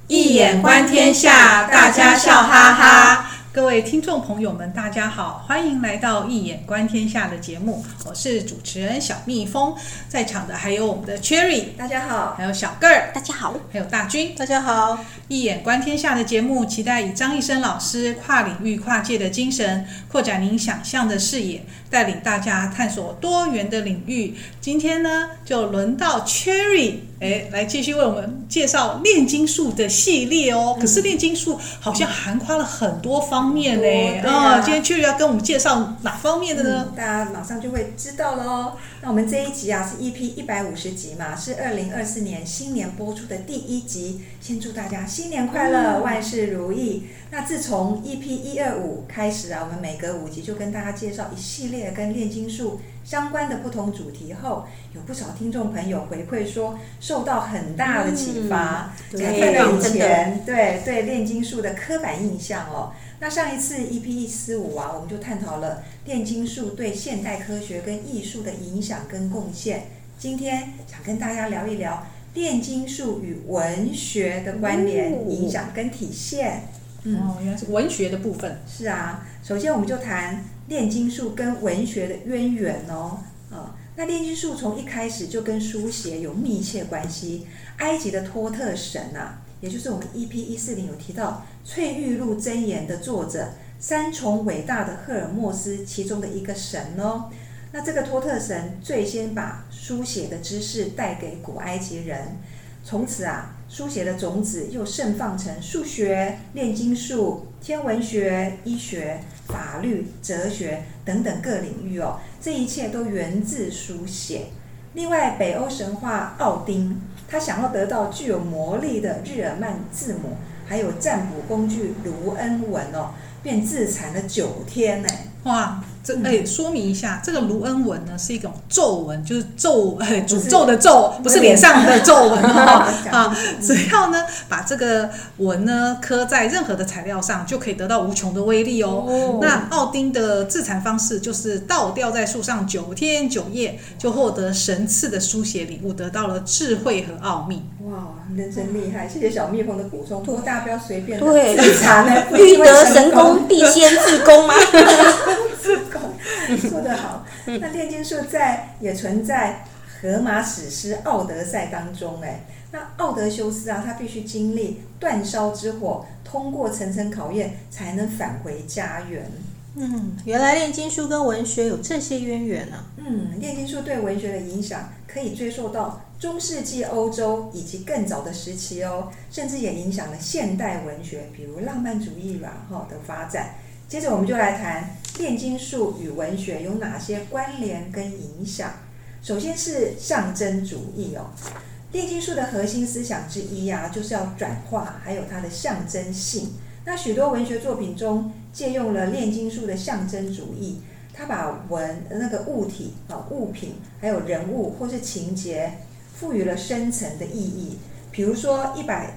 一眼观天下，大家笑哈哈。 各位听众朋友们，大家好，欢迎来到一眼观天下的节目，我是主持人小蜜蜂，在场的还有我们的 Cherry， 大家好， 还有小个儿， 大家好， 还有大军， 大家好。 一眼观天下的节目，期待以张医生老师跨领域跨界的精神，扩展您想象的视野，带领大家探索多元的领域。今天呢，就轮到 Cherry 来继续为我们介绍炼金术的系列哦。可是炼金术好像涵盖了很多方面呢。今天 Cherry 要跟我们介绍哪方面的呢？ 大家马上就会知道咯。那我们这一集啊是 EP 150集嘛，是2024年新年播出的第一集。先祝大家新年快乐，万事如意。那自从 EP 125开始啊，我们每隔5集就跟大家介绍一系列跟炼金术相关的不同主题后，有不少听众朋友回馈说受到很大的启发，改变了以前对炼金术的刻板印象哦。那上一次 EP 145啊，我们就探讨了炼金术对现代科学跟艺术的影响跟贡献。今天想跟大家聊一聊炼金术与文学的关联、影响跟体现。 原来是文学的部分。 是啊，首先我们就谈炼金术跟文学的渊源哦。那炼金术从一开始就跟书写有密切关系。埃及的托特神啊，也就是我们 EP 140有提到《翠玉录箴言》的作者，三重伟大的赫尔墨斯其中的一个神哦。那这个托特神最先把书写的知识带给古埃及人，从此啊，书写的种子又盛放成数学、炼金术、天文学、医学、法律、哲学等等各领域哦。这一切都源自书写。另外，北欧神话奥丁，他想要得到具有魔力的日耳曼字母，还有占卜工具卢恩文哦，便自残了9天呢。 哇，说明一下，这个卢恩文呢是一种咒文，就是诅咒的咒，不是脸上的皱纹哦。只要呢把这个文呢刻在任何的材料上，就可以得到无穷的威力哦。那奥丁的自残方式就是倒吊在树上9天9夜，就获得神赐的书写礼物，得到了智慧和奥秘。 哇，人真厉害！谢谢小蜜蜂的补充，不过大家不要随便自残呢， 欲得神功，必先自宫吗？ 自宫，说得好。那炼金术也存在荷马史诗《奥德赛》当中。那奥德修斯啊，他必须经历煅烧之火，通过层层考验，才能返回家园。 原来炼金术跟文学有这些渊源啊。 炼金术对文学的影响可以追溯到中世纪欧洲以及更早的时期哦，甚至也影响了现代文学，比如浪漫主义的发展。接着我们就来谈炼金术与文学有哪些关联跟影响。首先是象征主义哦，炼金术的核心思想之一啊，就是要转化，还有它的象征性。那许多文学作品中借用了炼金术的象征主义，它把那个物体、物品，还有人物或是情节，赋予了深层的意义。比如说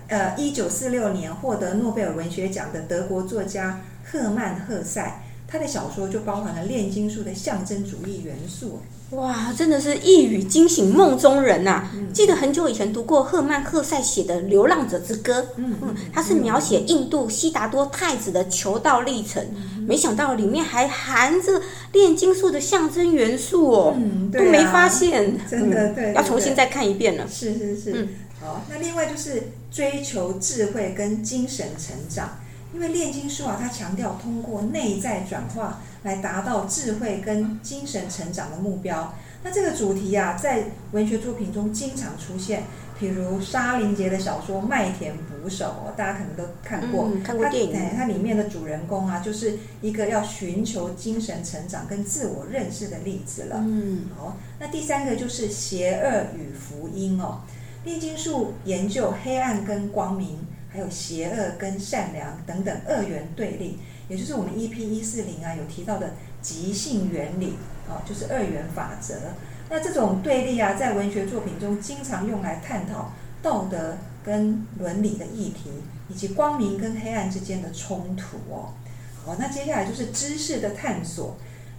1946年获得诺贝尔文学奖的德国作家赫曼·赫塞，他的小说就包含了炼金术的象征主义元素。 哇，真的是一语惊醒梦中人啊。记得很久以前读过赫曼·赫塞写的《流浪者之歌》，他是描写印度悉达多太子的求道历程，没想到里面还含着炼金术的象征元素哦，都没发现， 真的对， 要重新再看一遍了。 是。好，那另外就是追求智慧跟精神成长。因为炼金术啊，它强调通过内在转化来达到智慧跟精神成长的目标。那这个主题啊，在文学作品中经常出现，比如沙林杰的小说《麦田捕手》大家可能都看过， 看过电影。 它里面的主人公啊，就是一个要寻求精神成长跟自我认识的例子了。好，那第三个就是邪恶与福音哦。炼金术研究黑暗跟光明，还有邪恶跟善良等等二元对立，也就是我们 EP 140啊有提到的极性原理就是二元法则。那这种对立啊，在文学作品中经常用来探讨道德跟伦理的议题，以及光明跟黑暗之间的冲突哦。好，那接下来就是知识的探索。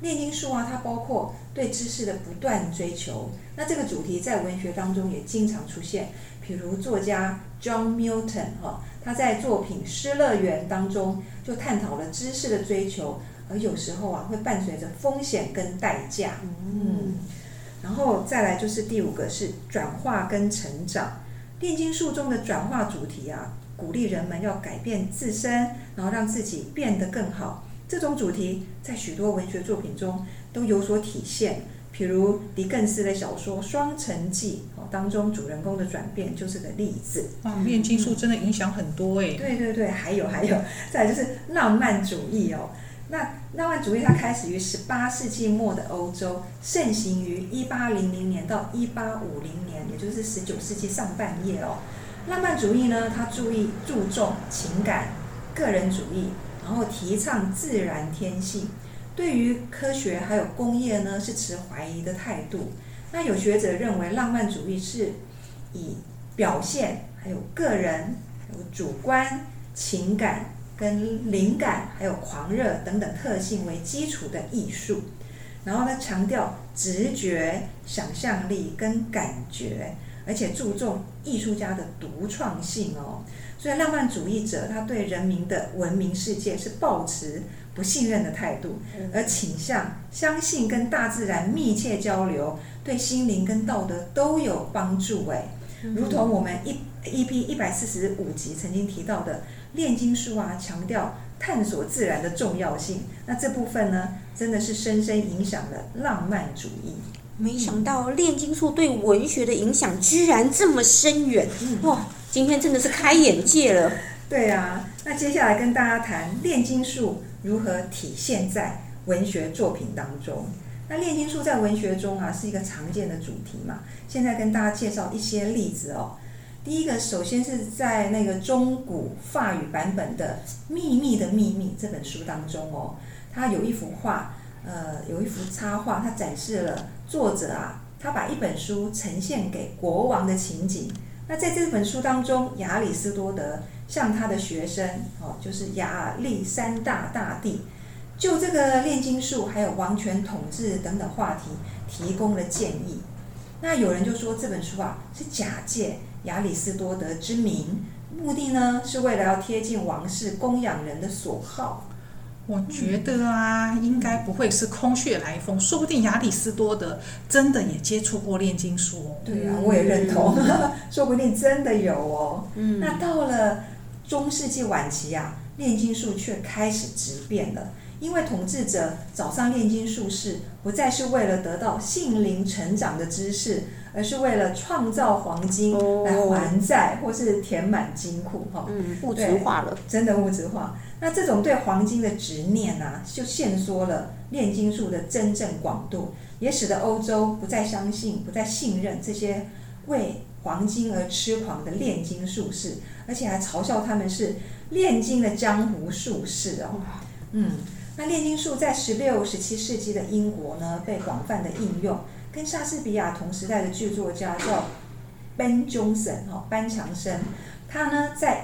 炼金术啊，它包括对知识的不断追求。那这个主题在文学当中也经常出现，比如作家 John Milton 他在作品《失乐园》当中就探讨了知识的追求，而有时候啊会伴随着风险跟代价。然后再来就是第5个是转化跟成长。炼金术中的转化主题啊，鼓励人们要改变自身，然后让自己变得更好。这种主题在许多文学作品中都有所体现，譬如狄更斯的小说《双城记》当中主人公的转变就是个例子。 炼金术真的影响很多哎。 对对对，还有，再来就是浪漫主义哦。那浪漫主义它开始于18世纪末的欧洲，盛行于1800年到1850年，也就是19世纪上半叶哦。浪漫主义呢，它注重情感、个人主义，然后提倡自然天性，对于科学还有工业呢是持怀疑的态度。那有学者认为，浪漫主义是以表现还有个人、还有主观、情感跟灵感还有狂热等等特性为基础的艺术，然后呢强调直觉、想象力跟感觉，而且注重艺术家的独创性哦。所以浪漫主义者他对人民的文明世界是抱持不信任的态度，而倾向相信跟大自然密切交流，对心灵跟道德都有帮助哎。如同我们EP 145集曾经提到的，炼金术啊，强调探索自然的重要性。那这部分呢，真的是深深影响了浪漫主义。 没想到炼金术对文学的影响居然这么深远，哇！今天真的是开眼界了。 对啊，那接下来跟大家谈炼金术如何体现在文学作品当中。那炼金术在文学中啊是一个常见的主题嘛，现在跟大家介绍一些例子哦。第一个，首先是在那个中古法语版本的《秘密的秘密》这本书当中哦，它有一幅画，有一幅插画，它展示了作者啊，他把一本书呈现给国王的情景。那在这本书当中，亚里士多德向他的学生就是亚历山大大帝，就这个炼金术还有王权统治等等话题提供了建议。那有人就说这本书啊是假借亚里士多德之名，目的呢是为了要贴近王室供养人的所好。 我觉得啊，应该不会是空穴来风，说不定亚里士多德真的也接触过炼金术哦。 对啊，我也认同，说不定真的有哦。那到了中世纪晚期啊，炼金术却开始质变了，因为统治者找上炼金术士，不再是为了得到心灵成长的知识，而是为了创造黄金来还债或是填满金库物质化了， 真的物质化。那这种对黄金的执念啊，就限缩了炼金术的真正广度，也使得欧洲不再相信、不再信任这些为黄金而痴狂的炼金术士，而且还嘲笑他们是炼金的江湖术士哦。那炼金术在16、17世纪的英国呢，被广泛的应用。跟莎士比亚同时代的剧作家叫 Ben Jonson 班强生，他呢在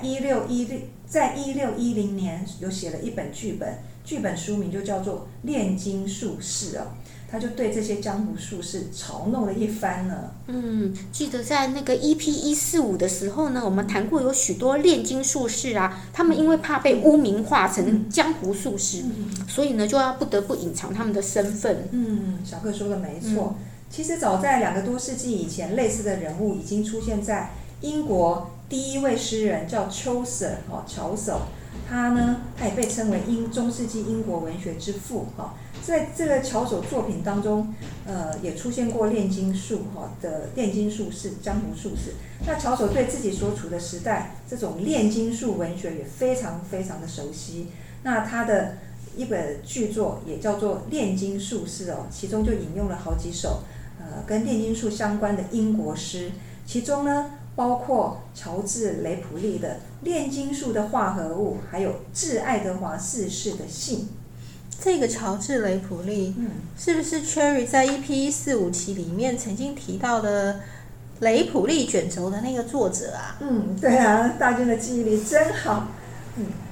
1610年有写了一本剧本，剧本书名就叫做《炼金术士》哦。他就对这些江湖术士嘲弄了一番呢。 记得在那个 EP145的时候呢，我们谈过有许多炼金术士啊，他们因为怕被污名化成江湖术士，所以呢就要不得不隐藏他们的身份。 小克说的没错。其实早在2个多世纪以前，类似的人物已经出现在英国第一位诗人叫乔叟，他也被称为中世纪英国文学之父。在这个乔叟作品当中，也出现过炼金术的炼金术士、江湖术士。那乔叟对自己所处的时代这种炼金术文学也非常非常的熟悉。那他的一本剧作也叫做《炼金术士》其中就引用了好几首跟炼金术相关的英国诗，其中呢包括乔治·雷普利的《炼金术的化合物》，还有致爱德华4世的信。 这个乔治·雷普利，是不是 Cherry 在 EP145期里面曾经提到的雷普利卷轴的那个作者啊？ 对啊，大军的记忆力真好。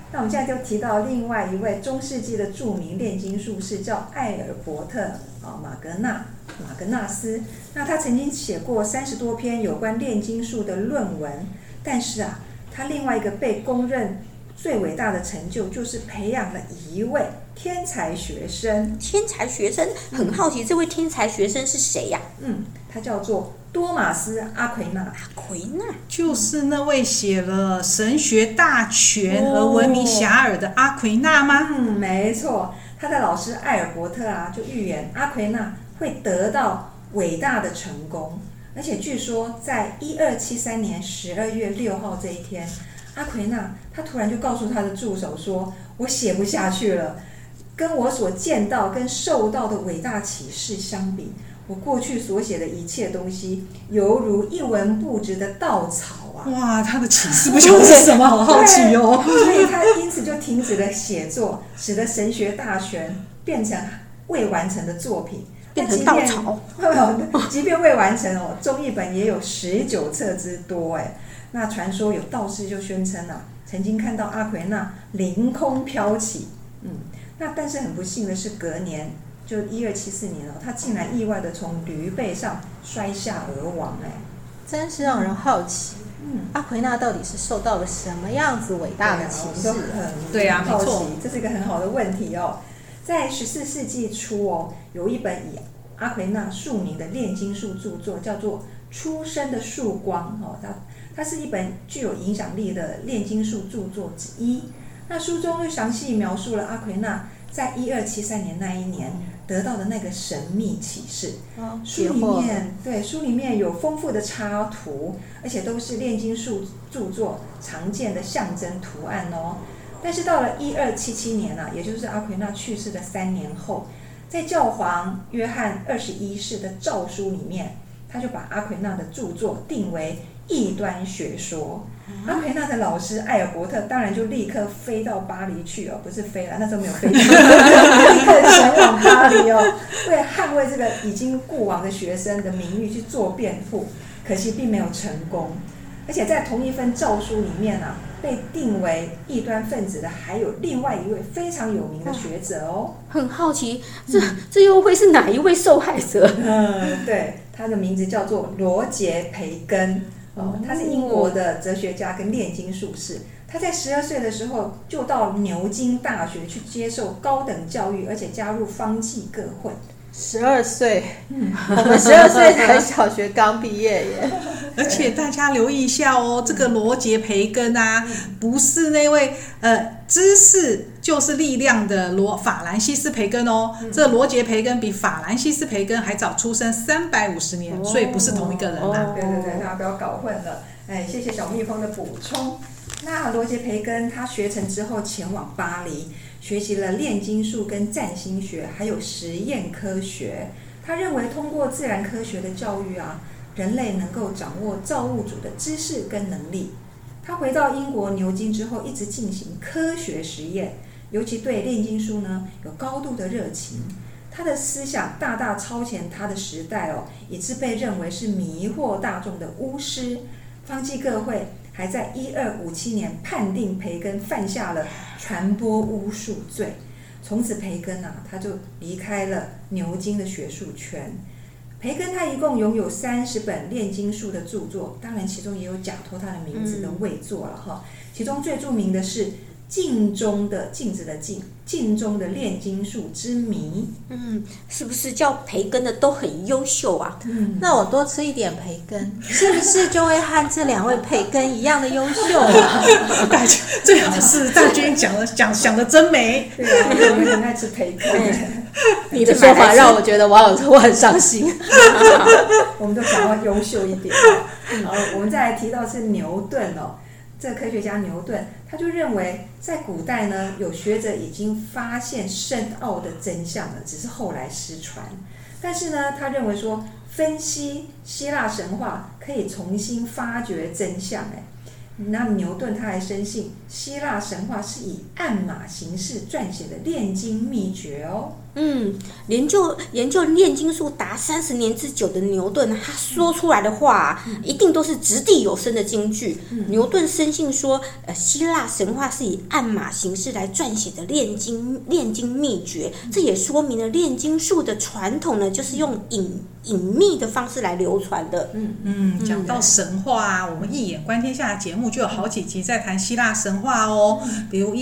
那我们现在就提到另外一位中世纪的著名炼金术士，叫艾尔伯特马格纳斯。那他曾经写过30多篇有关炼金术的论文，但是他另外一个被公认最伟大的成就就是培养了一位天才学生。 天才学生，很好奇这位天才学生是谁呀？ 他叫做多马斯·阿奎那。 阿奎那就是那位写了神学大全而闻名遐迩的阿奎那吗？ 没错，他的老师艾尔伯特就预言阿奎那会得到伟大的成功，而且据说在1273年12月6号这一天，阿奎那他突然就告诉他的助手说：“我写不下去了，跟我所见到跟受到的伟大启示相比，我过去所写的一切东西犹如一文不值的稻草啊！” 哇，他的启示不晓得是什么，好好奇哦。 所以他因此就停止了写作，使得神学大全变成未完成的作品。 变成稻草， 即便未完成中译本也有19册之多哎。那传说有道士就宣称曾经看到阿奎那凌空飘起，那但是很不幸的是，隔年就1274年他竟然意外的从驴背上摔下而亡哎， 真是让人好奇。阿奎那到底是受到了什么样子伟大的启示？ 对啊， 好奇， 没错， 这是一个很好的问题哦。在14世纪初有一本以阿奎那著名的炼金术著作，叫做《出生的曙光》它是一本具有影响力的炼金术著作之一。那书中就详细描述了阿奎那在1273年那一年得到的那个神秘启示。书里面有丰富的插图，而且都是炼金术著作常见的象征图案哦。但是到了1277年也就是阿奎那去世的3年后，在教皇约翰21世的诏书里面，他就把阿奎那的著作定为异端学说。阿奎那的老师艾尔伯特当然就立刻飞到巴黎去不是飞了，那时候没有飞机，立刻前往巴黎为捍卫这个已经故亡的学生的名誉去做辩护，可惜并没有成功。而且在同一份诏书里面被定为异端分子的还有另外一位非常有名的学者很好奇，这又会是哪一位受害者？ 对，他的名字叫做罗杰·培根。他是英国的哲学家跟炼金术士。他在12岁的时候就到牛津大学去接受高等教育，而且加入方济各会。 12岁，我们12岁才小学刚毕业耶。 而且大家留意一下这个罗杰培根不是那位知识就是力量的法兰西斯培根这罗杰培根比法兰西斯培根还早出生350年，所以不是同一个人对，大家不要搞混了。谢谢小蜜蜂的补充。那罗杰培根他学成之后前往巴黎，学习了炼金术跟占星学，还有实验科学。他认为通过自然科学的教育人类能够掌握造物主的知识跟能力。他回到英国牛津之后，一直进行科学实验，尤其对炼金术有高度的热情。他的思想大大超前他的时代以致被认为是迷惑大众的巫师。方济各会还在1257年判定培根犯下了传播巫术罪。从此培根他就离开了牛津的学术圈。培根他一共拥有30本炼金术的著作，当然其中也有假托他的名字的伪作了其中最著名的是镜中的镜子的镜中的炼金术之谜。 是不是叫培根的都很优秀啊？ 那我多吃一点培根，是不是就会和这2位培根一样的优秀大军最好是大军想的真美。 对我们很爱吃培根。 你的说法让我觉得我很伤心。 我们都想要优秀一点。我们再来提到是牛顿这个科学家牛顿，他就认为在古代有学者已经发现深奥的真相了，只是后来失传。但是他认为说分析希腊神话可以重新发掘真相。那牛顿他还深信希腊神话是以暗码形式撰写的炼金秘诀研究炼金术达30年之久的牛顿，他说出来的话一定都是掷地有声的金句。牛顿深信说，希腊神话是以暗码形式来撰写的炼金秘诀，这也说明了炼金术的传统呢，就是用隐秘的方式来流传的。 讲到神话啊，我们一眼观天下的节目就有好几集在谈希腊神话哦，比如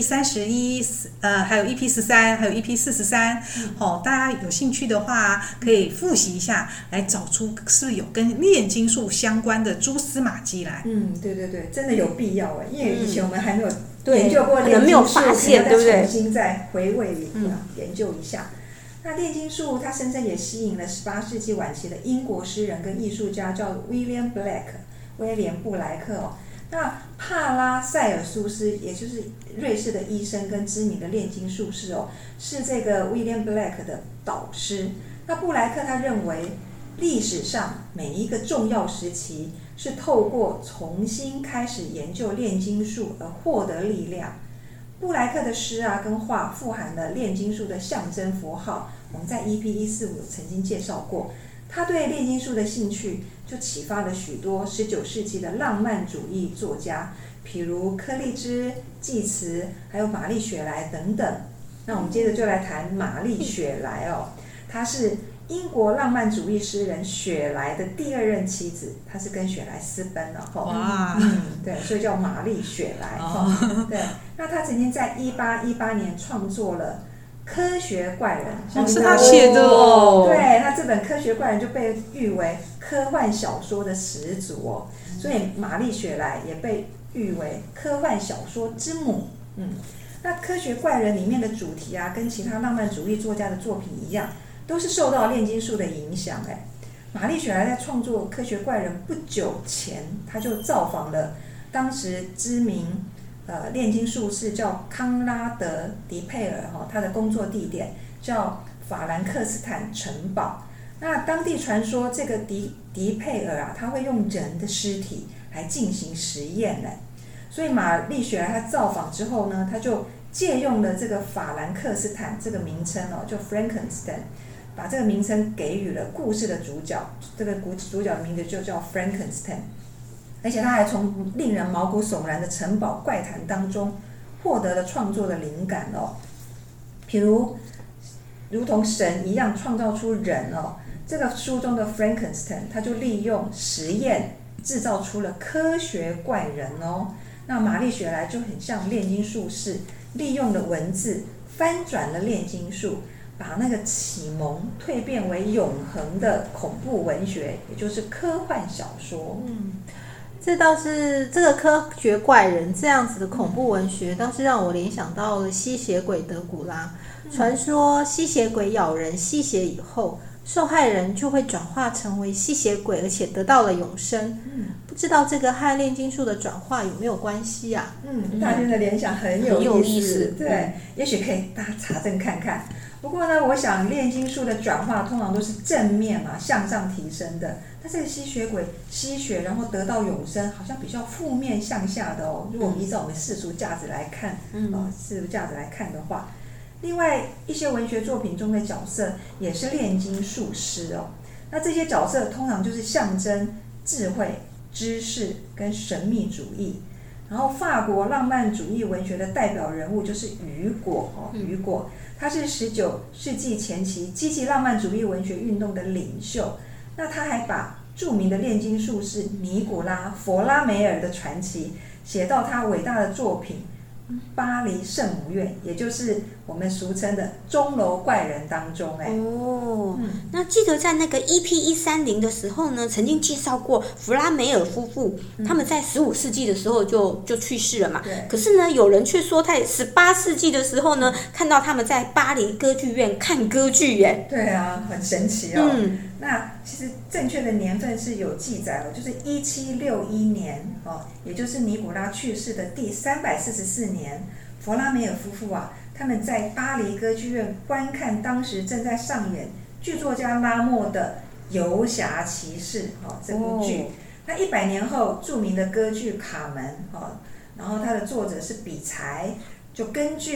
EP31，还有 EP13，还有 EP43。大家有兴趣的话，可以复习一下，来找出是不是有跟炼金术相关的蛛丝马迹来。 对，真的有必要因为以前我们还没有研究过炼金术， 没有发现，对不对？ 重新再回味研究一下。那炼金术它深深也吸引了18世纪晚期的英国诗人跟艺术家，叫威廉布莱克那帕拉塞尔苏斯，也就是瑞士的医生跟知名的炼金术士是这个威廉布莱克的导师。那布莱克他认为，历史上每一个重要时期是透过重新开始研究炼金术而获得力量。布莱克的诗跟画富含了炼金术的象征符号，我们在 EP145 曾经介绍过。他对炼金术的兴趣就启发了许多19世纪的浪漫主义作家，譬如柯立芝、济慈，还有玛丽雪莱等等。那我们接着就来谈玛丽雪莱她是英国浪漫主义诗人雪莱的第2任妻子，她是跟雪莱私奔了对，所以叫玛丽雪莱对，那她曾经在1818年创作了科学怪人， 是他写的对，他这本科学怪人就被誉为科幻小说的始祖所以玛丽雪莱也被誉为科幻小说之母。那科学怪人里面的主题跟其他浪漫主义作家的作品一样，都是受到炼金术的影响玛丽雪莱在创作科学怪人不久前，他就造访了当时知名炼金术士叫康拉德·迪佩尔他的工作地点叫法兰克斯坦城堡。那当地传说这个迪佩尔他会用人的尸体来进行实验所以玛丽雪莱他造访之后呢，他就借用了这个法兰克斯坦这个名称就 Frankenstein， 把这个名称给予了故事的主角，这个主角的名字就叫 Frankenstein。而且他还从令人毛骨悚然的城堡怪谈当中获得了创作的灵感譬如同神一样创造出人这个书中的 Frankenstein 他就利用实验制造出了科学怪人那玛丽雪莱就很像炼金术士，利用了文字翻转了炼金术，把那个启蒙蜕变为永恒的恐怖文学，也就是科幻小说。 这倒是这个科学怪人这样子的恐怖文学，倒是让我联想到了吸血鬼德古拉。传说吸血鬼咬人吸血以后，受害人就会转化成为吸血鬼，而且得到了永生。不知道这个和炼金术的转化有没有关系啊？ 大家的联想很有意思，对，也许可以大家查证看看。不过呢，我想炼金术的转化通常都是正面向上提升的。但这个吸血鬼吸血然后得到永生，好像比较负面向下的如果我们依照我们世俗价值来看，世俗价值来看的话，另外一些文学作品中的角色也是炼金术师那这些角色通常就是象征智慧、知识跟神秘主义。然后法国浪漫主义文学的代表人物就是雨果雨果他是19世纪前期积极浪漫主义文学运动的领袖。那他还把著名的炼金术士尼古拉·佛拉梅尔的传奇写到他伟大的作品《巴黎圣母院》，也就是我们俗称的钟楼怪人当中那记得在那个 EP130 的时候呢，曾经介绍过弗拉梅尔夫妇，他们在15世纪的时候就去世了嘛。可是呢，有人却说在18世纪的时候呢，看到他们在巴黎歌剧院看歌剧耶。 对啊，很神奇那其实正确的年份是有记载就是1761年也就是尼古拉去世的第344年，弗拉梅尔夫妇他们在巴黎歌剧院观看当时正在上演剧作家拉莫的《游侠骑士》这部剧。那100年后，著名的歌剧《卡门》然后它的作者是比才，就根据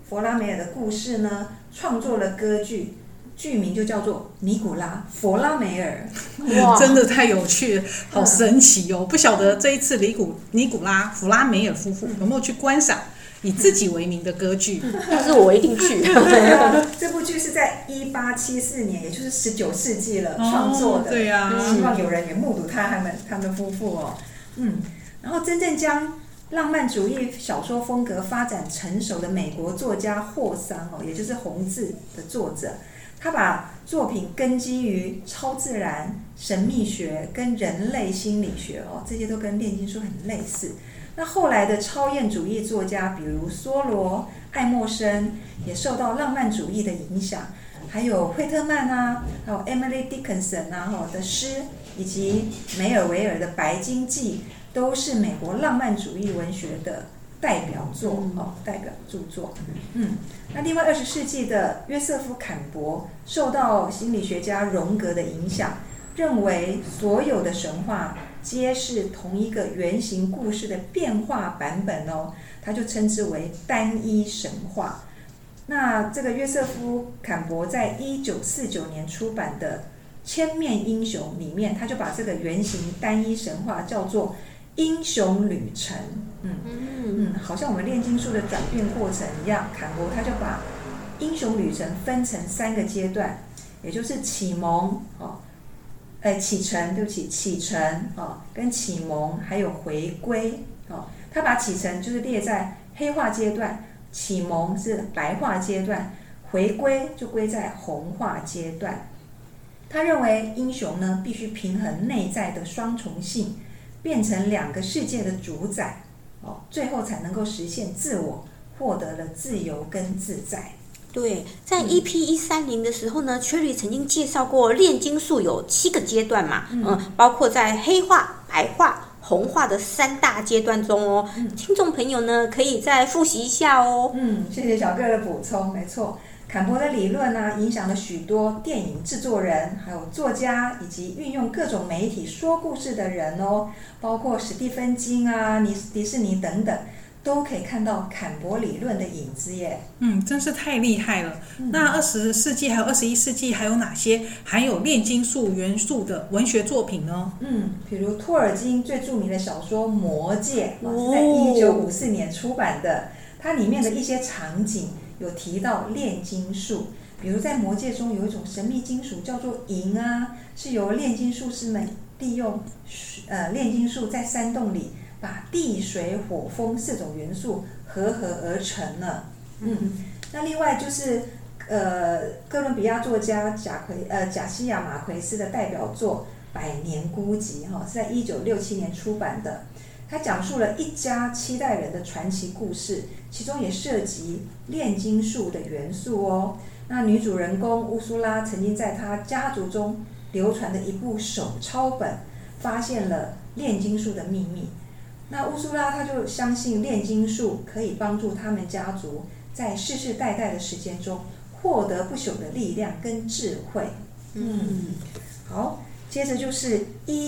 弗拉梅尔的故事呢，创作了歌剧，剧名就叫做《尼古拉·弗拉梅尔》。 哇， 真的太有趣了，好神奇哦！不晓得这一次尼古拉·弗拉梅尔夫妇有没有去观赏以自己为名的歌剧？ 要是我一定去。 这部剧是在1874年，也就是19世纪了创作的。 对啊， 希望有人也目睹他们夫妇哦。然后真正将浪漫主义小说风格发展成熟的美国作家霍桑也就是红字的作者，他把作品根基于超自然、神秘学跟人类心理学这些都跟炼金术很类似。那后来的超验主义作家，比如梭罗、爱默生，也受到浪漫主义的影响，还有惠特曼还有 Emily Dickinson 的诗，以及梅尔维尔的《白鲸记》，都是美国浪漫主义文学的代表作代表著作。那另外20世纪的约瑟夫·坎伯受到心理学家荣格的影响，认为所有的神话皆是同一个原型故事的变化版本他就称之为单一神话。那这个约瑟夫·坎伯在1949年出版的《千面英雄》里面，他就把这个原型单一神话叫做英雄旅程。好像我们炼金术的转变过程一样，坎伯他就把英雄旅程分成3个阶段，也就是启蒙启程跟启蒙还有回归他把启程就是列在黑化阶段，启蒙是白化阶段，回归就归在红化阶段。他认为英雄呢必须平衡内在的双重性，变成2个世界的主宰最后才能够实现自我，获得了自由跟自在。 对，在 EP130 的时候呢，Cherry 曾经介绍过炼金术有7个阶段嘛，包括在黑化、白化、红化的3大阶段中听众朋友呢可以再复习一下谢谢小哥的补充，没错。坎伯的理论影响了许多电影制作人，还有作家，以及运用各种媒体说故事的人包括史蒂芬金迪士尼等等，都可以看到坎伯理论的影子耶。 真是太厉害了。那20世纪还有21世纪还有哪些含有炼金术元素的文学作品呢？ 比如托尔金最著名的小说《魔戒》是在1954年出版的，它里面的一些场景有提到炼金术，比如在魔戒中有一种神秘金属叫做银是由炼金术士们利用炼金术在山洞里把地水火风4种元素合而成了。那另外就是哥伦比亚作家贾西亚马奎斯的代表作《百年孤寂》是在1967年出版的。他讲述了一家7代人的传奇故事，其中也涉及炼金术的元素那女主人公乌苏拉曾经在她家族中流传的一部手抄本发现了炼金术的秘密。那乌苏拉她就相信炼金术可以帮助他们家族在世世代代的时间中获得不朽的力量跟智慧。好，接着就是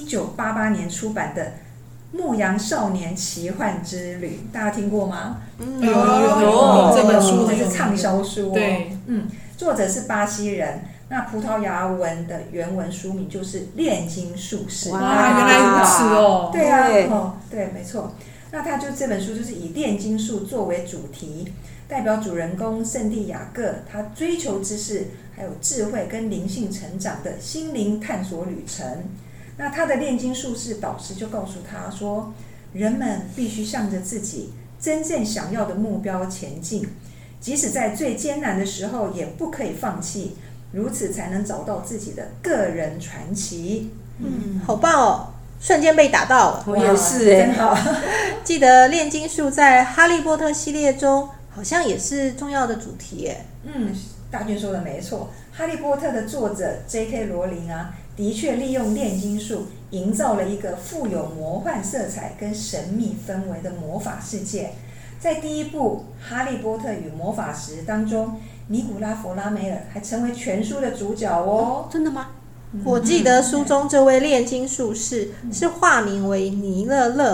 1988年出版的牧羊少年奇幻之旅，大家听过吗？ 有这本书这是畅销书对， 作者是巴西人。那葡萄牙文的原文书名就是《炼金术士》。 哇，原来如此对对，没错。那他就这本书就是以炼金术作为主题，代表主人公圣地亚各他追求知识还有智慧跟灵性成长的心灵探索旅程。那他的炼金术士导师就告诉他说，人们必须向着自己真正想要的目标前进，即使在最艰难的时候也不可以放弃，如此才能找到自己的个人传奇。 好棒瞬间被打到了。 我也是真好。 记得炼金术在哈利波特系列中好像也是重要的主题耶。 大军说的没错，哈利波特的作者 J.K. 罗琳的确利用炼金术营造了一个富有魔幻色彩跟神秘氛围的魔法世界。在第1部《哈利波特与魔法石》当中，尼古拉·弗拉梅尔还成为全书的主角真的吗？ 我记得书中这位炼金术士是化名为尼勒勒梅，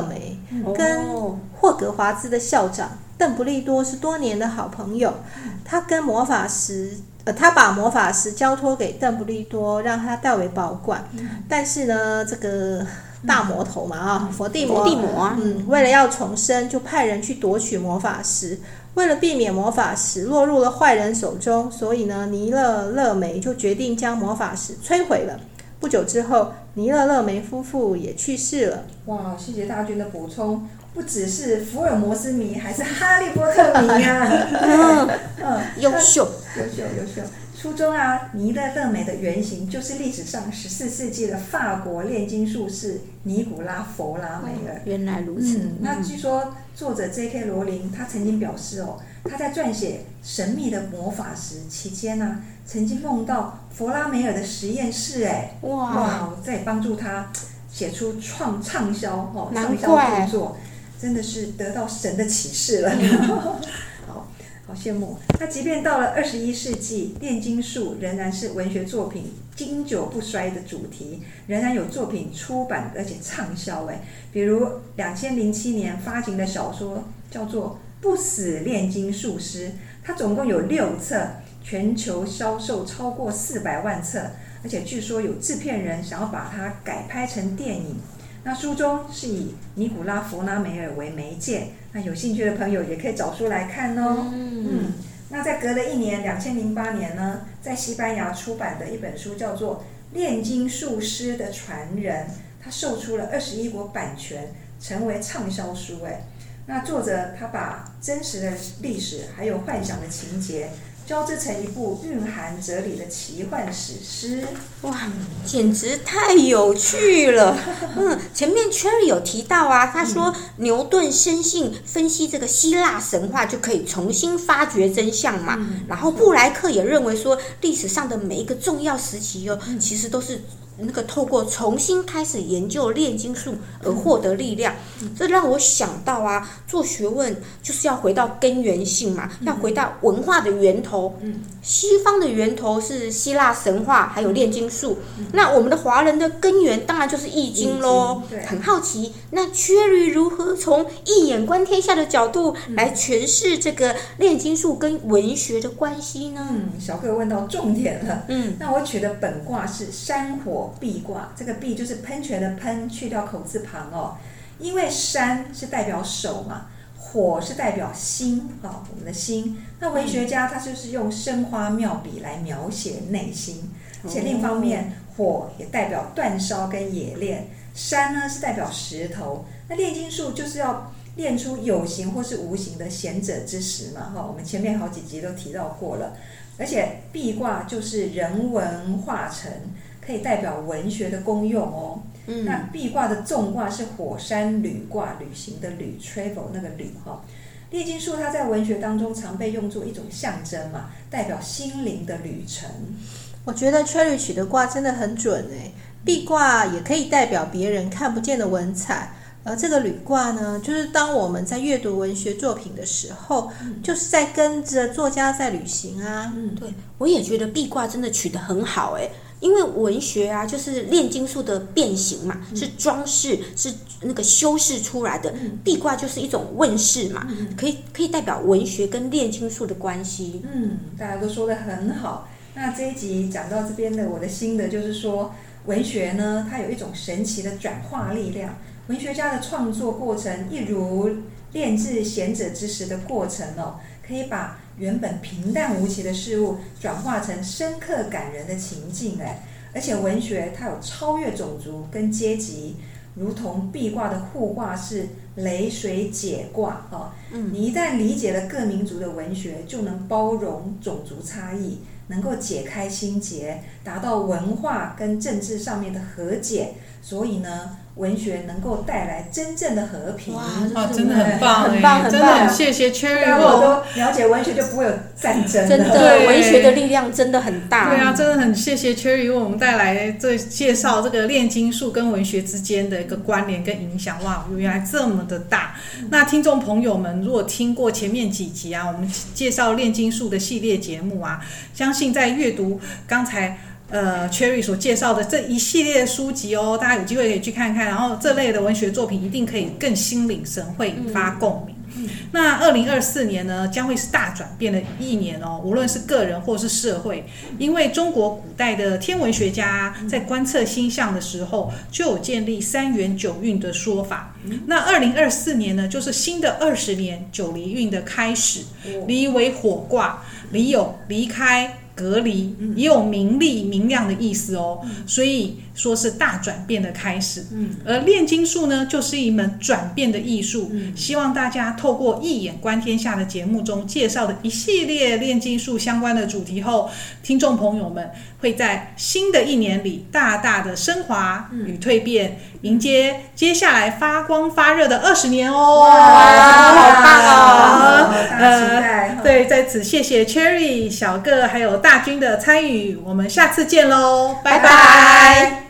跟霍格华兹的校长邓布利多是多年的好朋友。他把魔法石交托给邓布利多，让他代为保管。但是呢，这个大魔头嘛伏地魔为了要重生，就派人去夺取魔法石。为了避免魔法石落入了坏人手中，所以呢，尼勒勒梅就决定将魔法石摧毁了。不久之后，尼勒勒梅夫妇也去世了。 哇，谢谢大军的补充，不只是福尔摩斯迷，还是哈利波特迷啊！ 优秀。 书中啊，尼勒勒梅的原型就是历史上14世纪的法国炼金术士尼古拉·佛拉梅尔。 原来如此。 那据说作者 J.K. 罗琳他曾经表示他在畅写《神秘的魔法石》期间呢，曾经梦到佛拉梅尔的实验室，哇，这也帮助他写出畅销著作，真的是得到神的启示了。好羡慕。那即便到了21世纪，炼金术仍然是文学作品经久不衰的主题，仍然有作品出版而且畅销。比如2007年发行的小说叫做《不死炼金术师》，它总共有6册，全球销售超过400万册，而且据说有制片人想要把它改拍成电影。那书中是以尼古拉·佛拉梅尔为媒介，那有兴趣的朋友也可以找书来看哦。那在隔了1年，2008年呢，在西班牙出版的一本书叫做《炼金术师的传人》，它售出了21国版权，成为畅销书。那作者他把真实的历史还有幻想的情节交织成一部蕴含哲理的奇幻史诗。 哇，简直太有趣了。前面 Cherry 有提到啊，他说牛顿深信分析这个希腊神话就可以重新发掘真相嘛。然后布莱克也认为说，历史上的每一个重要时期其实都是透过重新开始研究炼金术而获得力量。这让我想到啊，做学问就是要回到根源性嘛，要回到文化的源头。西方的源头是希腊神话还有炼金术，那我们的华人的根源当然就是易经咯。很好奇，那 Cherry 如何从一眼观天下的角度来诠释这个炼金术跟文学的关系呢？ 小克问到重点了。那我取的本卦是山火賁卦，这个賁就是喷泉的喷，去掉口字旁因为山是代表手嘛，火是代表心我们的心。那文学家他就是用生花妙笔来描写内心，而且另一方面，火也代表煅烧跟冶炼，山呢是代表石头。那炼金术就是要炼出有形或是无形的贤者之石嘛，我们前面好几集都提到过了。而且賁卦就是人文化成，可以代表文学的功用那賁卦的纵卦是火山旅卦，旅行的旅 travel 那个旅炼金术它在文学当中常被用作一种象征嘛，代表心灵的旅程。 我觉得 Cherry 取的卦真的很准賁卦也可以代表别人看不见的文采，而这个旅卦呢，就是当我们在阅读文学作品的时候，就是在跟着作家在旅行啊。 对，我也觉得賁卦真的取得很好因为文学啊，就是炼金术的变形嘛，是装饰，是那个修饰出来的。賁卦就是一种问世嘛，可以代表文学跟炼金术的关系。 大家都说得很好。那这一集讲到这边的，我的心得就是说，文学呢，它有一种神奇的转化力量。文学家的创作过程，一如炼制贤者之石的过程可以把原本平淡无奇的事物转化成深刻感人的情境而且文学它有超越种族跟阶级，如同賁卦的互卦是雷水解卦你一旦理解了各民族的文学，就能包容种族差异，能够解开心结，达到文化跟政治上面的和解。所以呢，文学能够带来真正的和平。 真的很棒很棒， 真的很谢谢 Cherry。 如果都了解文学，就不会有战争了。 真的，文学的力量真的很大。 对啊，真的很谢谢 Cherry 为我们带来介绍这个炼金术跟文学之间的一个关联跟影响。哇，原来这么的大。那听众朋友们，如果听过前面几集啊，我们介绍炼金术的系列节目啊，相信在阅读刚才 Cherry 所介绍的这一系列的书籍哦，大家有机会可以去看看，然后这类的文学作品一定可以更心领神会，引发共鸣。那2024年呢，将会是大转变的一年哦，无论是个人或是社会，因为中国古代的天文学家在观测星象的时候，就有建立3元9运的说法。那2024年呢，就是新的20年9离运的开始，离为火卦，离有离开、隔离，也有明丽明亮的意思哦，所以说是大转变的开始。而炼金术呢，就是一门转变的艺术。希望大家透过一眼观天下的节目中介绍的一系列炼金术相关的主题后，听众朋友们会在新的一年里大大的升华与蜕变，迎接接下来发光发热的20年哦！ 哇，好棒哦！ 大家期待。 对，在此谢谢 Cherry、小个还有大军的参与，我们下次见喽，拜拜。